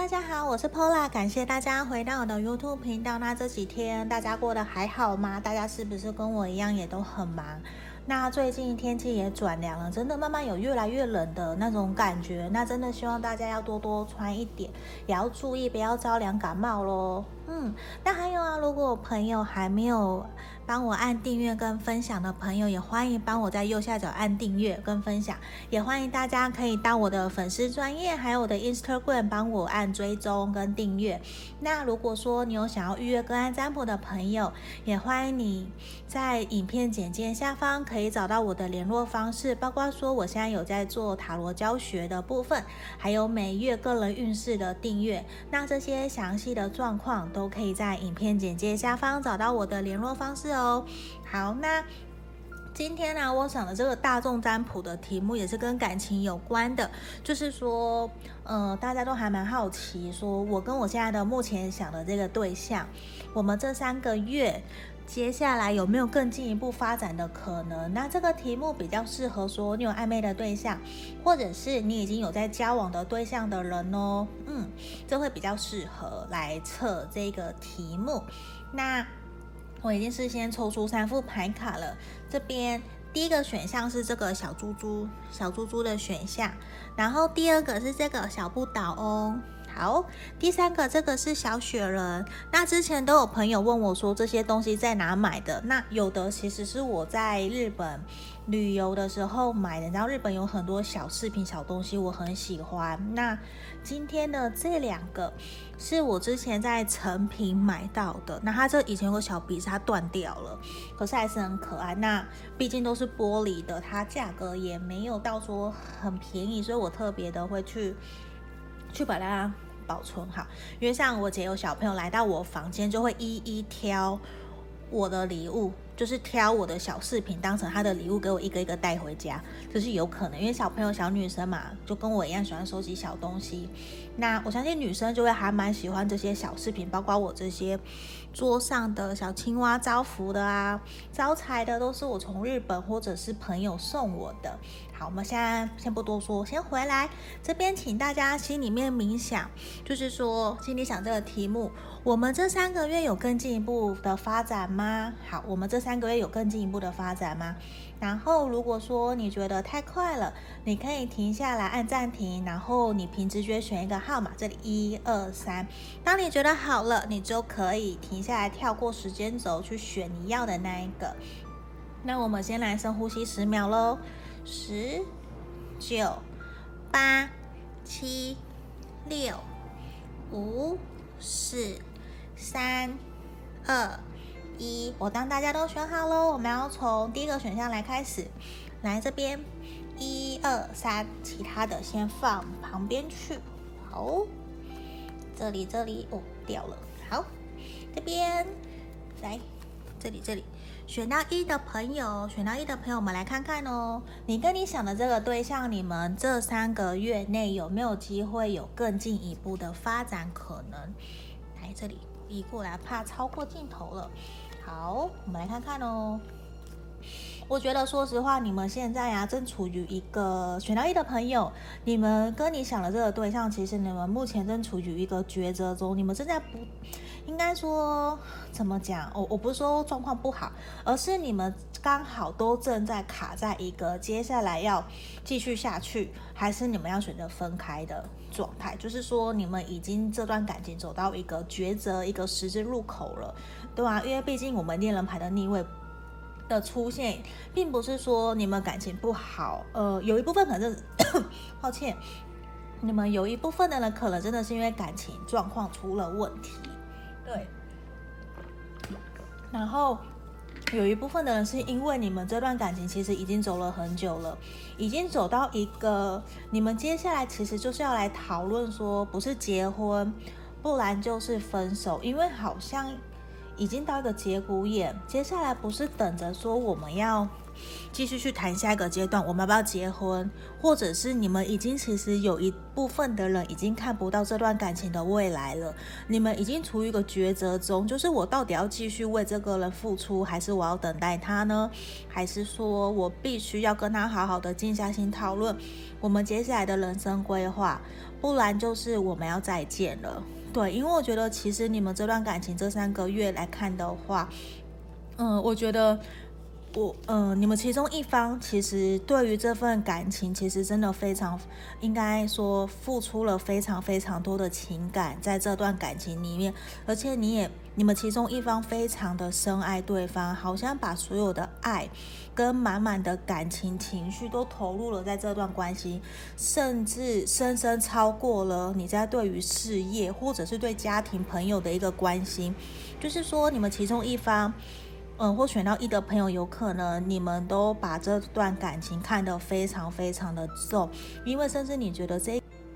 家好，我是 Pola， 感谢大家回到我的 YouTube 频道。那这几天大家过得还好吗？大家是不是跟我一样也都很忙？那最近天气也转凉了，真的慢慢有越来越冷的那种感觉。那真的希望大家要多多穿一点，也要注意不要着凉感冒咯。那还有啊，如果朋友还没有帮我按订阅跟分享的朋友，也欢迎帮我在右下角按订阅跟分享，也欢迎大家可以到我的粉丝专页还有我的 Instagram 帮我按追踪跟订阅。那如果说你有想要预约个案占卜的朋友，也欢迎你在影片简介下方可以找到我的联络方式，包括说我现在有在做塔罗教学的部分，还有每月个人运势的订阅。那这些详细的状况都可以在影片简介下方找到我的联络方式哦。好，那今天呢，我想的这个大众占卜的题目也是跟感情有关的，就是说，大家都还蛮好奇，说我跟我现在的目前想的这个对象，我们这3个月接下来有没有更进一步发展的可能？那这个题目比较适合说你有暧昧的对象，或者是你已经有在交往的对象的人哦。这会比较适合来测这个题目。那我已经事先抽出3副牌卡了，这边第一个选项是这个小猪猪的选项，然后第二个是这个小不倒翁。好，第3个这个是小雪人。那之前都有朋友问我说这些东西在哪买的，那有的其实是我在日本旅游的时候买的，然后日本有很多小饰品小东西我很喜欢。那今天的这2个是我之前在成品买到的，那它这以前有个小鼻子它断掉了，可是还是很可爱。那毕竟都是玻璃的，它价格也没有到说很便宜，所以我特别的会去把它保存好。因为像我姐有小朋友来到我房间，就会一一挑我的礼物，就是挑我的小饰品当成他的礼物给我一个一个带回家，这是有可能。因为小朋友小女生嘛，就跟我一样喜欢收集小东西。那我相信女生就会还蛮喜欢这些小饰品，包括我这些桌上的小青蛙招福的啊，招财的都是我从日本或者是朋友送我的。好，我们现在先不多说，先回来这边，请大家心里面冥想，就是说心里想这个题目，我们这3个月有更进一步的发展吗？好，我们这3个月有更进一步的发展吗？然后如果说你觉得太快了，你可以停下来按暂停，然后你凭直觉选一个号码，这里1、2、3。当你觉得好了，你就可以停下来，跳过时间轴去选你要的那一个。那我们先来深呼吸10秒咯。10、9、8、7、6、5、4、3、2、1。我当大家都选好咯，我们要从第一个选项来开始。来这边1、2、3，其他的先放旁边去。好，这里哦，掉了。好，这边来这里选到1的朋友，我们来看看哦，你跟你想的这个对象，你们这3个月内有没有机会有更进一步的发展可能？来这里移过来，怕超过镜头了。好，我们来看看哦。我觉得说实话，你们现在啊正处于一个选到1的朋友，你们跟你想的这个对象，其实你们目前正处于一个抉择中，你们正在应该说怎么讲？我不是说状况不好，而是你们刚好都正在卡在一个接下来要继续下去，还是你们要选择分开的状态。就是说，你们已经这段感情走到一个抉择、一个十字路口了，对吧？因为毕竟我们恋人牌的逆位的出现，并不是说你们感情不好，有一部分可能是抱歉，你们有一部分的人可能真的是因为感情状况出了问题，对。然后有一部分的人是因为你们这段感情其实已经走了很久了，已经走到一个你们接下来其实就是要来讨论说，不是结婚，不然就是分手，因为好像已经到一个节骨眼，接下来不是等着说我们要继续去谈下一个阶段，我们要不要结婚，或者是你们已经其实有一部分的人已经看不到这段感情的未来了，你们已经处于一个抉择中，就是我到底要继续为这个人付出，还是我要等待他呢？还是说我必须要跟他好好的静下心讨论我们接下来的人生规划，不然就是我们要再见了。对，因为我觉得其实你们这段感情这3个月来看的话，我觉得你们其中一方其实对于这份感情，其实真的非常，应该说付出了非常非常多的情感在这段感情里面，而且你们其中一方非常的深爱对方，好像把所有的爱跟满满的感情情绪都投入了在这段关系，甚至深深超过了你在对于事业或者是对家庭朋友的一个关心。就是说你们其中一方或选到1的朋友，有可能你们都把这段感情看得非常非常的重，因为甚至你觉得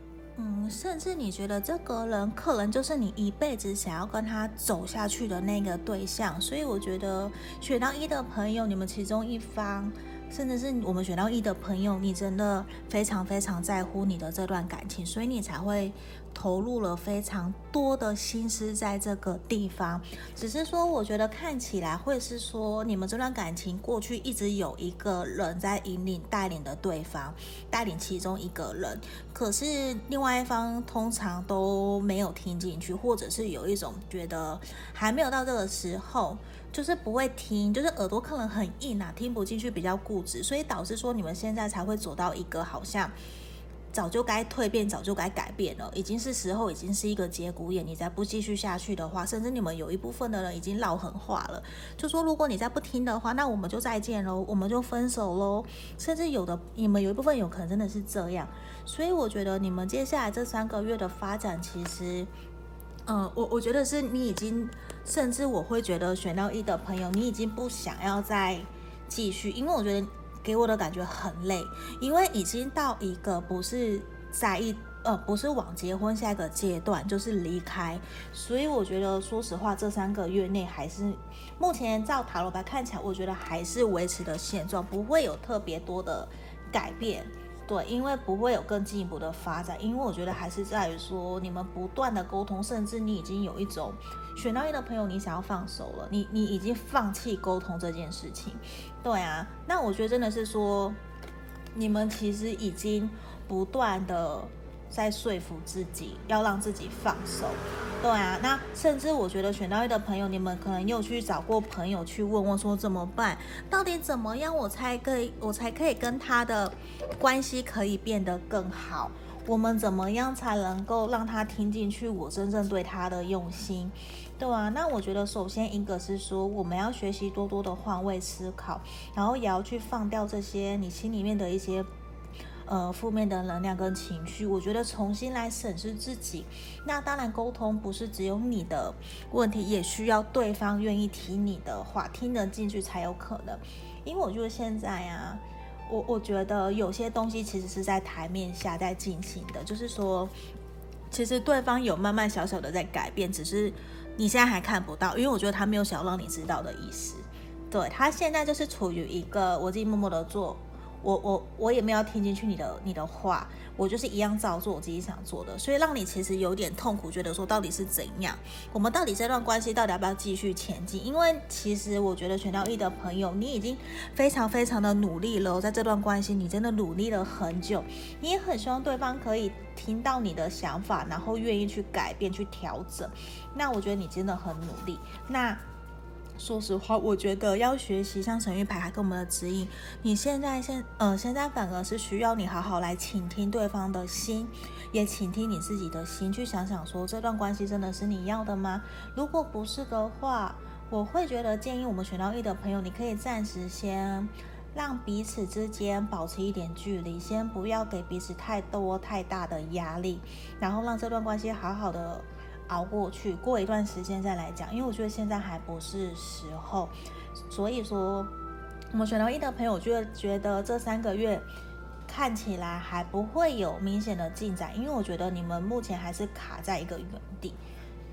这个人可能就是你一辈子想要跟他走下去的那个对象，所以我觉得选到1的朋友，你们其中一方，甚至是我们选到1的朋友，你真的非常非常在乎你的这段感情，所以你才会投入了非常多的心思在这个地方。只是说我觉得看起来会是说你们这段感情过去一直有一个人在引领带领的对方，带领其中一个人，可是另外一方通常都没有听进去，或者是有一种觉得还没有到这个时候，就是不会听，就是耳朵可能很硬啊，听不进去，比较固执，所以导致说你们现在才会走到一个好像早就该蜕变，早就该改变了，已经是时候，已经是一个节骨眼，你再不继续下去的话，甚至你们有一部分的人已经撂狠话了，就说如果你再不听的话，那我们就再见咯，我们就分手咯，甚至你们有一部分有可能真的是这样。所以我觉得你们接下来这3个月的发展，其实我觉得是你已经，甚至我会觉得选到1的朋友，你已经不想要再继续，因为我觉得给我的感觉很累，因为已经到一个不是不是往结婚下一个阶段，就是离开。所以我觉得说实话，这3个月内还是目前照塔罗牌看起来，我觉得还是维持的现状，不会有特别多的改变。对，因为不会有更进一步的发展，因为我觉得还是在于说你们不断的沟通，甚至你已经有一种选到1的朋友，你想要放手了，你已经放弃沟通这件事情。对啊，那我觉得真的是说你们其实已经不断的在说服自己，要让自己放手。对啊，那甚至我觉得选到1的朋友，你们可能又去找过朋友去问说怎么办，到底怎么样我才可以跟他的关系可以变得更好，我们怎么样才能够让他听进去我真正对他的用心。对啊，那我觉得首先一个是说我们要学习多多的换位思考，然后也要去放掉这些你心里面的一些负面的能量跟情绪，我觉得重新来审视自己。那当然沟通不是只有你的问题，也需要对方愿意听你的话，听得进去才有可能。因为我觉得现在啊，我觉得有些东西其实是在台面下在进行的，就是说其实对方有慢慢小小的在改变，只是你现在还看不到，因为我觉得他没有想要让你知道的意思。对，他现在就是处于一个我自己默默的做，我也没有听进去你的话，我就是一样照做我自己想做的，所以让你其实有点痛苦，觉得说到底是怎样，我们到底这段关系到底要不要继续前进？因为其实我觉得选到1的朋友，你已经非常非常的努力了，在这段关系你真的努力了很久，你也很希望对方可以听到你的想法，然后愿意去改变去调整。那我觉得你真的很努力。那说实话，我觉得要学习像神谕牌还跟我们的指引，你现在反而是需要你好好来倾听对方的心，也倾听你自己的心，去想想说这段关系真的是你要的吗？如果不是的话，我会觉得建议我们选到1的朋友，你可以暂时先让彼此之间保持一点距离，先不要给彼此太大的压力，然后让这段关系好好的熬过去，过一段时间再来讲，因为我觉得现在还不是时候。所以说我们选到1的朋友，我觉得这3个月看起来还不会有明显的进展，因为我觉得你们目前还是卡在一个原地。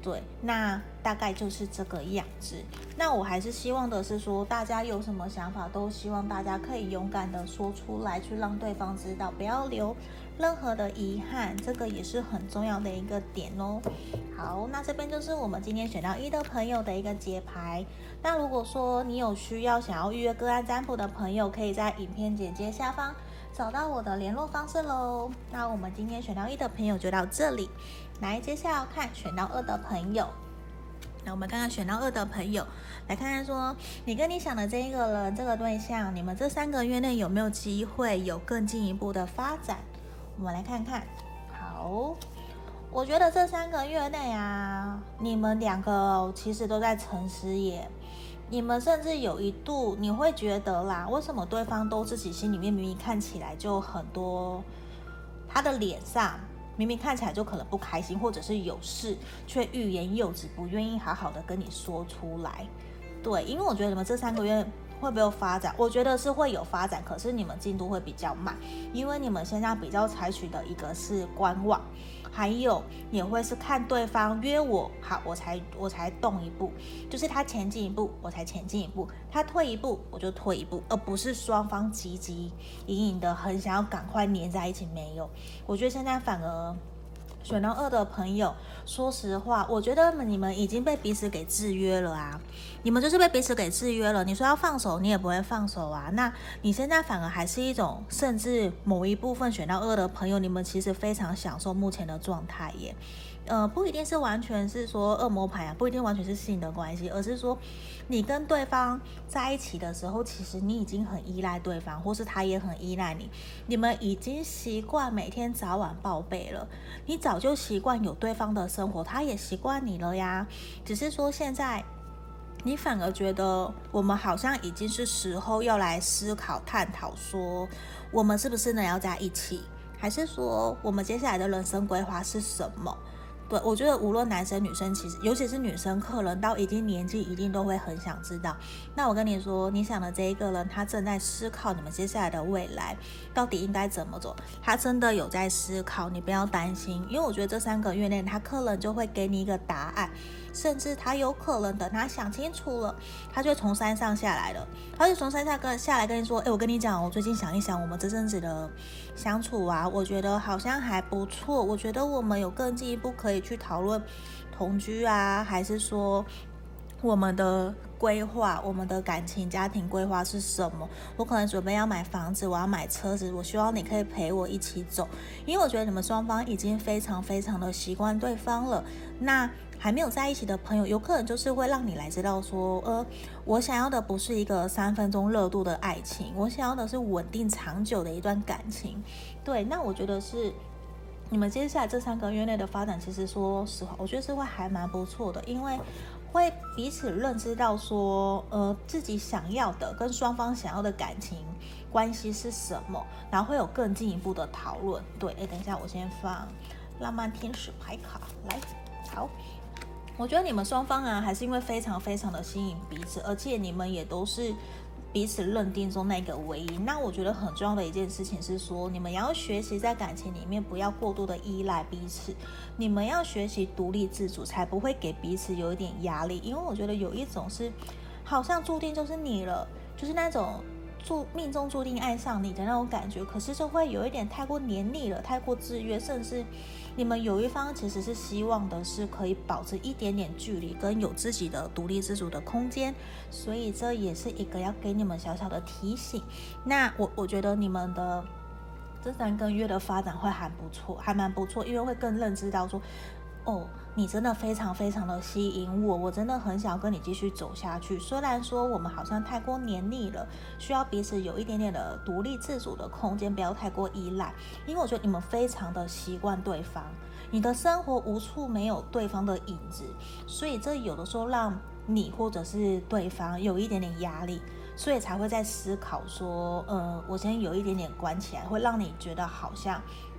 对，那大概就是这个样子。那我还是希望的是说，大家有什么想法，都希望大家可以勇敢的说出来，去让对方知道，不要留任何的遗憾，这个也是很重要的一个点哦。好，那这边就是我们今天选到1的朋友的一个解牌。那如果说你有需要想要预约个案占卜的朋友，可以在影片简介下方找到我的联络方式咯。那我们今天选到1的朋友就到这里，来接下来要看选到2的朋友。那我们刚刚选到2的朋友，来看看说你跟你想的这一个人，这个对象，你们这3个月内有没有机会有更进一步的发展？我们来看看。好，我觉得这3个月内啊，你们2个其实都在沉思耶。你们甚至有一度你会觉得啦，为什么对方都自己心里面明明看起来就很多，他的脸上明明看起来就可能不开心，或者是有事，却欲言又止，不愿意好好的跟你说出来。对，因为我觉得你们这3个月会不会有发展？我觉得是会有发展，可是你们进度会比较慢，因为你们现在比较采取的一个是观望，还有也会是看对方约我好，我才动一步，就是他前进一步我才前进一步，他退一步我就退一步，而不是双方急急隐隐的很想要赶快黏在一起。没有，我觉得现在反而选到2的朋友，说实话，我觉得你们已经被彼此给制约了啊！你们就是被彼此给制约了。你说要放手，你也不会放手啊。那你现在反而还是一种，甚至某一部分选到2的朋友，你们其实非常享受目前的状态耶。不一定是完全是说恶魔牌啊，不一定完全是性的关系，而是说你跟对方在一起的时候，其实你已经很依赖对方，或是他也很依赖你，你们已经习惯每天早晚报备了，你早就习惯有对方的生活，他也习惯你了呀。只是说现在你反而觉得我们好像已经是时候要来思考探讨说，我们是不是能要在一起，还是说我们接下来的人生规划是什么。对，我觉得无论男生女生，其实尤其是女生客人到一定年纪，一定都会很想知道。那我跟你说，你想的这一个人，他正在思考你们接下来的未来到底应该怎么走，他真的有在思考，你不要担心，因为我觉得这3个月内，他客人就会给你一个答案，甚至他有可能等他想清楚了，他就从山上下来了，他就从山上下来跟你说，我跟你讲，我最近想一想，我们这阵子的相处啊，我觉得好像还不错，我觉得我们有更进一步可以去讨论同居啊，还是说我们的规划，我们的感情家庭规划是什么？我可能准备要买房子，我要买车子，我希望你可以陪我一起走，因为我觉得你们双方已经非常非常的习惯对方了。那还没有在一起的朋友，有可能就是会让你来知道说，我想要的不是一个3分钟热度的爱情，我想要的是稳定长久的一段感情。对，那我觉得是你们接下来这3个月内的发展，其实说实话，我觉得是会还蛮不错的，因为会彼此认知到说，自己想要的跟双方想要的感情关系是什么，然后会有更进一步的讨论。对，等一下，我先放浪漫天使牌卡来，好。我觉得你们双方啊，还是因为非常非常的吸引彼此，而且你们也都是彼此认定中那个唯一。那我觉得很重要的一件事情是说，你们要学习在感情里面不要过度的依赖彼此，你们要学习独立自主，才不会给彼此有一点压力。因为我觉得有一种是好像注定就是你了，就是那种命中注定爱上你的那种感觉，可是就会有一点太过黏腻了，太过制约，甚至你们有一方其实是希望的是可以保持一点点距离，跟有自己的独立自主的空间，所以这也是一个要给你们小小的提醒。那我觉得你们的这3个月的发展会还不错，还蛮不错，因为会更认知到说，你真的非常非常的吸引我真的很想跟你继续走下去。虽然说我们好像太过黏腻了，需要彼此有一点点的独立自主的空间，不要太过依赖。因为我觉得你们非常的习惯对方，你的生活无处没有对方的影子，所以这有的时候让你或者是对方有一点点压力，所以才会在思考说，我先有一点点关起来，会让你觉得好像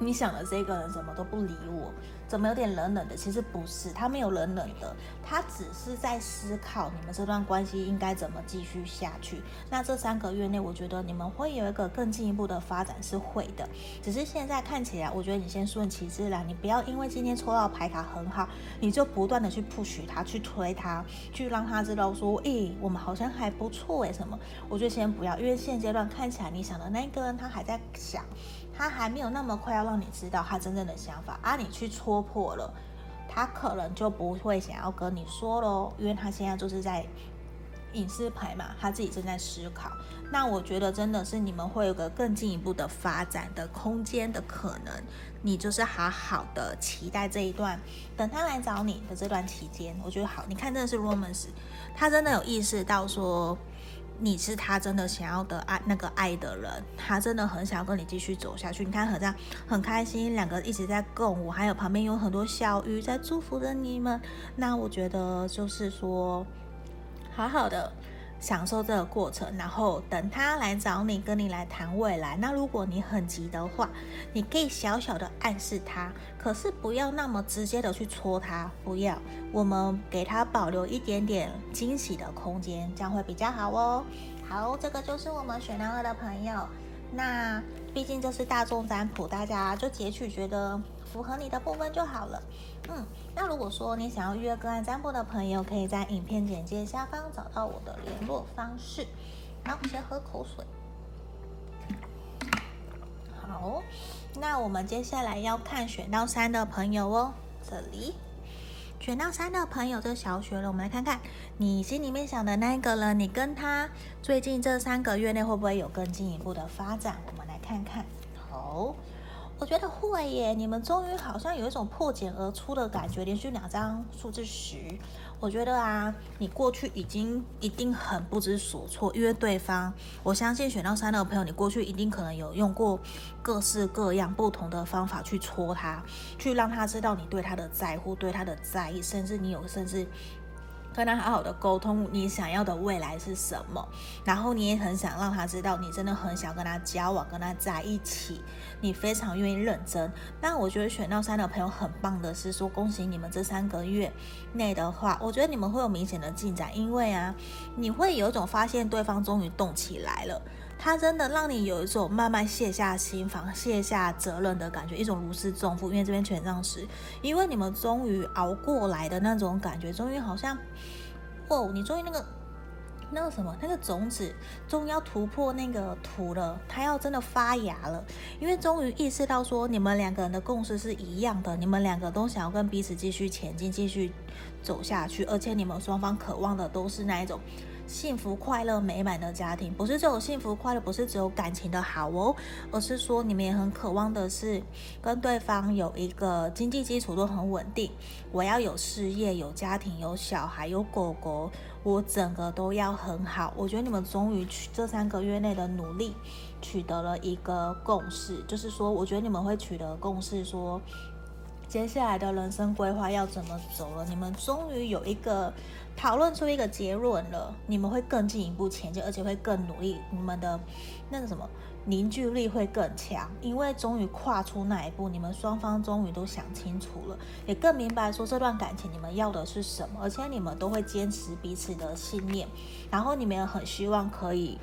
你想的这个人怎么都不理我，怎么有点冷冷的？其实不是，他没有冷冷的，他只是在思考你们这段关系应该怎么继续下去。那这3个月内，我觉得你们会有一个更进一步的发展，是会的。只是现在看起来，我觉得你先顺其自然，你不要因为今天抽到牌卡很好，你就不断的去 push 他，去推他，去让他知道说，我们好像还不错什么。我觉得先不要，因为现阶段看起来你想的那个人他还在想。他还没有那么快要让你知道他真正的想法啊，你去戳破了，他可能就不会想要跟你说咯，因为他现在就是在隐士牌嘛，他自己正在思考。那我觉得真的是你们会有个更进一步的发展的空间的可能，你就是好好的期待这一段，等他来找你的这段期间，我觉得好。你看真的是 romance， 他真的有意识到说你是他真的想要的爱，那个爱的人，他真的很想要跟你继续走下去。你看很开心，两个一直在共舞，还有旁边有很多小鱼在祝福着你们。那我觉得就是说，好好的享受这个过程，然后等他来找你，跟你来谈未来。那如果你很急的话，你可以小小的暗示他，可是不要那么直接的去戳他，不要，我们给他保留一点点惊喜的空间，这样会比较好哦。好，这个就是我们选到2的朋友。那毕竟这是大众占卜，大家就截取觉得符合你的部分就好了。那如果说你想要预约个案占卜的朋友，可以在影片简介下方找到我的联络方式。好，先喝口水。好，那我们接下来要看选到3的朋友哦。这里选到3的朋友，这小雪了，我们来看看你心里面想的那个人，你跟他最近这3个月内会不会有更进一步的发展？我们来看看。好，我觉得会耶，你们终于好像有一种破茧而出的感觉，连续2张数字10。我觉得啊，你过去一定很不知所措，因为对方，我相信选到3的朋友，你过去一定可能有用过各式各样不同的方法去戳他，去让他知道你对他的在乎，对他的在意，甚至跟他好好的沟通你想要的未来是什么，然后你也很想让他知道你真的很想跟他交往，跟他在一起，你非常愿意认真。那我觉得选到3的朋友很棒的是说，恭喜你们这3个月内的话，我觉得你们会有明显的进展，因为啊，你会有一种发现对方终于动起来了，他真的让你有一种慢慢卸下心防、卸下责任的感觉，一种如释重负。因为这边权杖10，因为你们终于熬过来的那种感觉，终于好像，你终于那个什么，那个种子终于要突破那个土了，它要真的发芽了。因为终于意识到说，你们2个人的共识是一样的，你们2个都想要跟彼此继续前进，继续走下去，而且你们双方渴望的都是那一种幸福快乐美满的家庭，不是只有幸福快乐，不是只有感情的好哦，而是说你们也很渴望的是跟对方有一个经济基础都很稳定，我要有事业，有家庭，有小孩，有狗狗，我整个都要很好。我觉得你们终于这3个月内的努力取得了一个共识，就是说我觉得你们会取得共识，说接下来的人生规划要怎么走了，你们终于有一个讨论出一个结论了，你们会更进一步前进，而且会更努力，你们的那个什么凝聚力会更强，因为终于跨出那一步，你们双方终于都想清楚了，也更明白说这段感情你们要的是什么，而且你们都会坚持彼此的信念，然后你们也很希望可以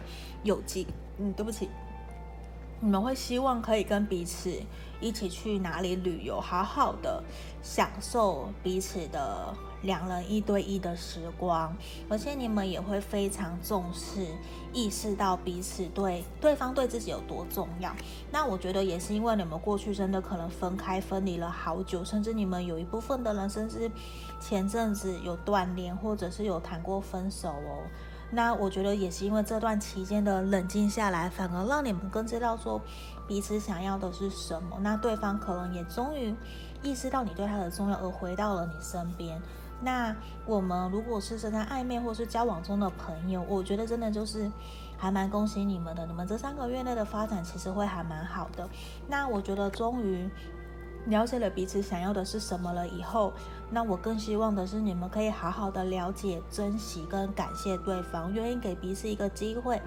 你们会希望可以跟彼此一起去哪里旅游，好好的享受彼此的2人1对1的时光，而且你们也会非常重视，意识到彼此对方对自己有多重要。那我觉得也是因为你们过去真的可能分离了好久，甚至你们有一部分的人甚至前阵子有断联，或者是有谈过分手哦。那我觉得也是因为这段期间的冷静下来，反而让你们更知道说彼此想要的是什么，那对方可能也终于意识到你对他的重要，而回到了你身边。那我们如果是正在暧昧或是交往中的朋友，我觉得真的就是还蛮恭喜你们的，你们这3个月内的发展其实会还蛮好的。那我觉得终于了解了彼此想要的是什么了以后，那我更希望的是你们可以好好的了解、珍惜跟感谢对方，愿意给彼此一个机会，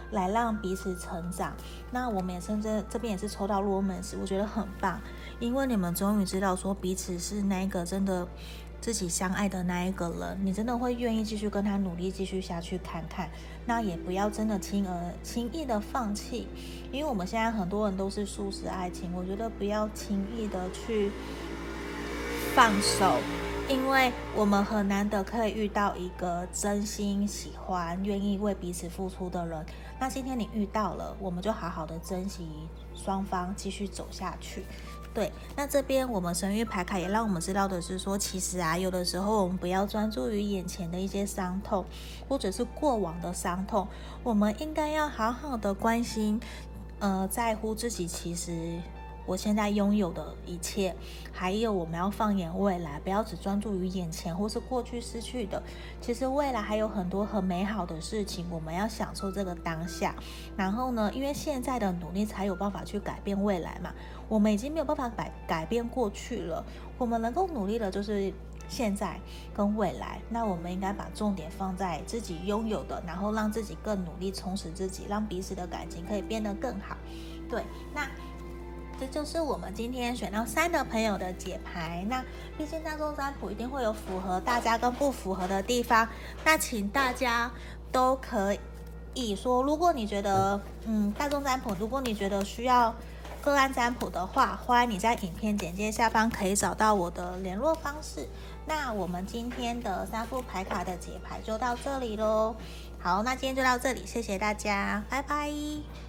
来让彼此成长。那我们也甚至这边也是抽到罗门史，我觉得很棒，因为你们终于知道说彼此是那个真的自己相爱的那一个人，你真的会愿意继续跟他努力继续下去看看，那也不要真的轻易的放弃，因为我们现在很多人都是速食爱情，我觉得不要轻易的去放手，因为我们很难得可以遇到一个真心喜欢愿意为彼此付出的人，那今天你遇到了，我们就好好的珍惜双方继续走下去。对，那这边我们神谕牌卡也让我们知道的是说，其实啊，有的时候我们不要专注于眼前的一些伤痛，或者是过往的伤痛，我们应该要好好的关心，在乎自己其实我现在拥有的一切，还有我们要放眼未来，不要只专注于眼前或是过去失去的，其实未来还有很多很美好的事情，我们要享受这个当下。然后呢，因为现在的努力才有办法去改变未来嘛，我们已经没有办法改变过去了，我们能够努力的就是现在跟未来，那我们应该把重点放在自己拥有的，然后让自己更努力充实自己，让彼此的感情可以变得更好。对，那这就是我们今天选到3的朋友的解牌。那毕竟大众占卜一定会有符合大家跟不符合的地方，那请大家都可以说，如果你觉得大众占卜，如果你觉得需要个案占卜的话，欢迎你在影片简介下方可以找到我的联络方式。那我们今天的3副牌卡的解牌就到这里咯。好，那今天就到这里，谢谢大家，拜拜。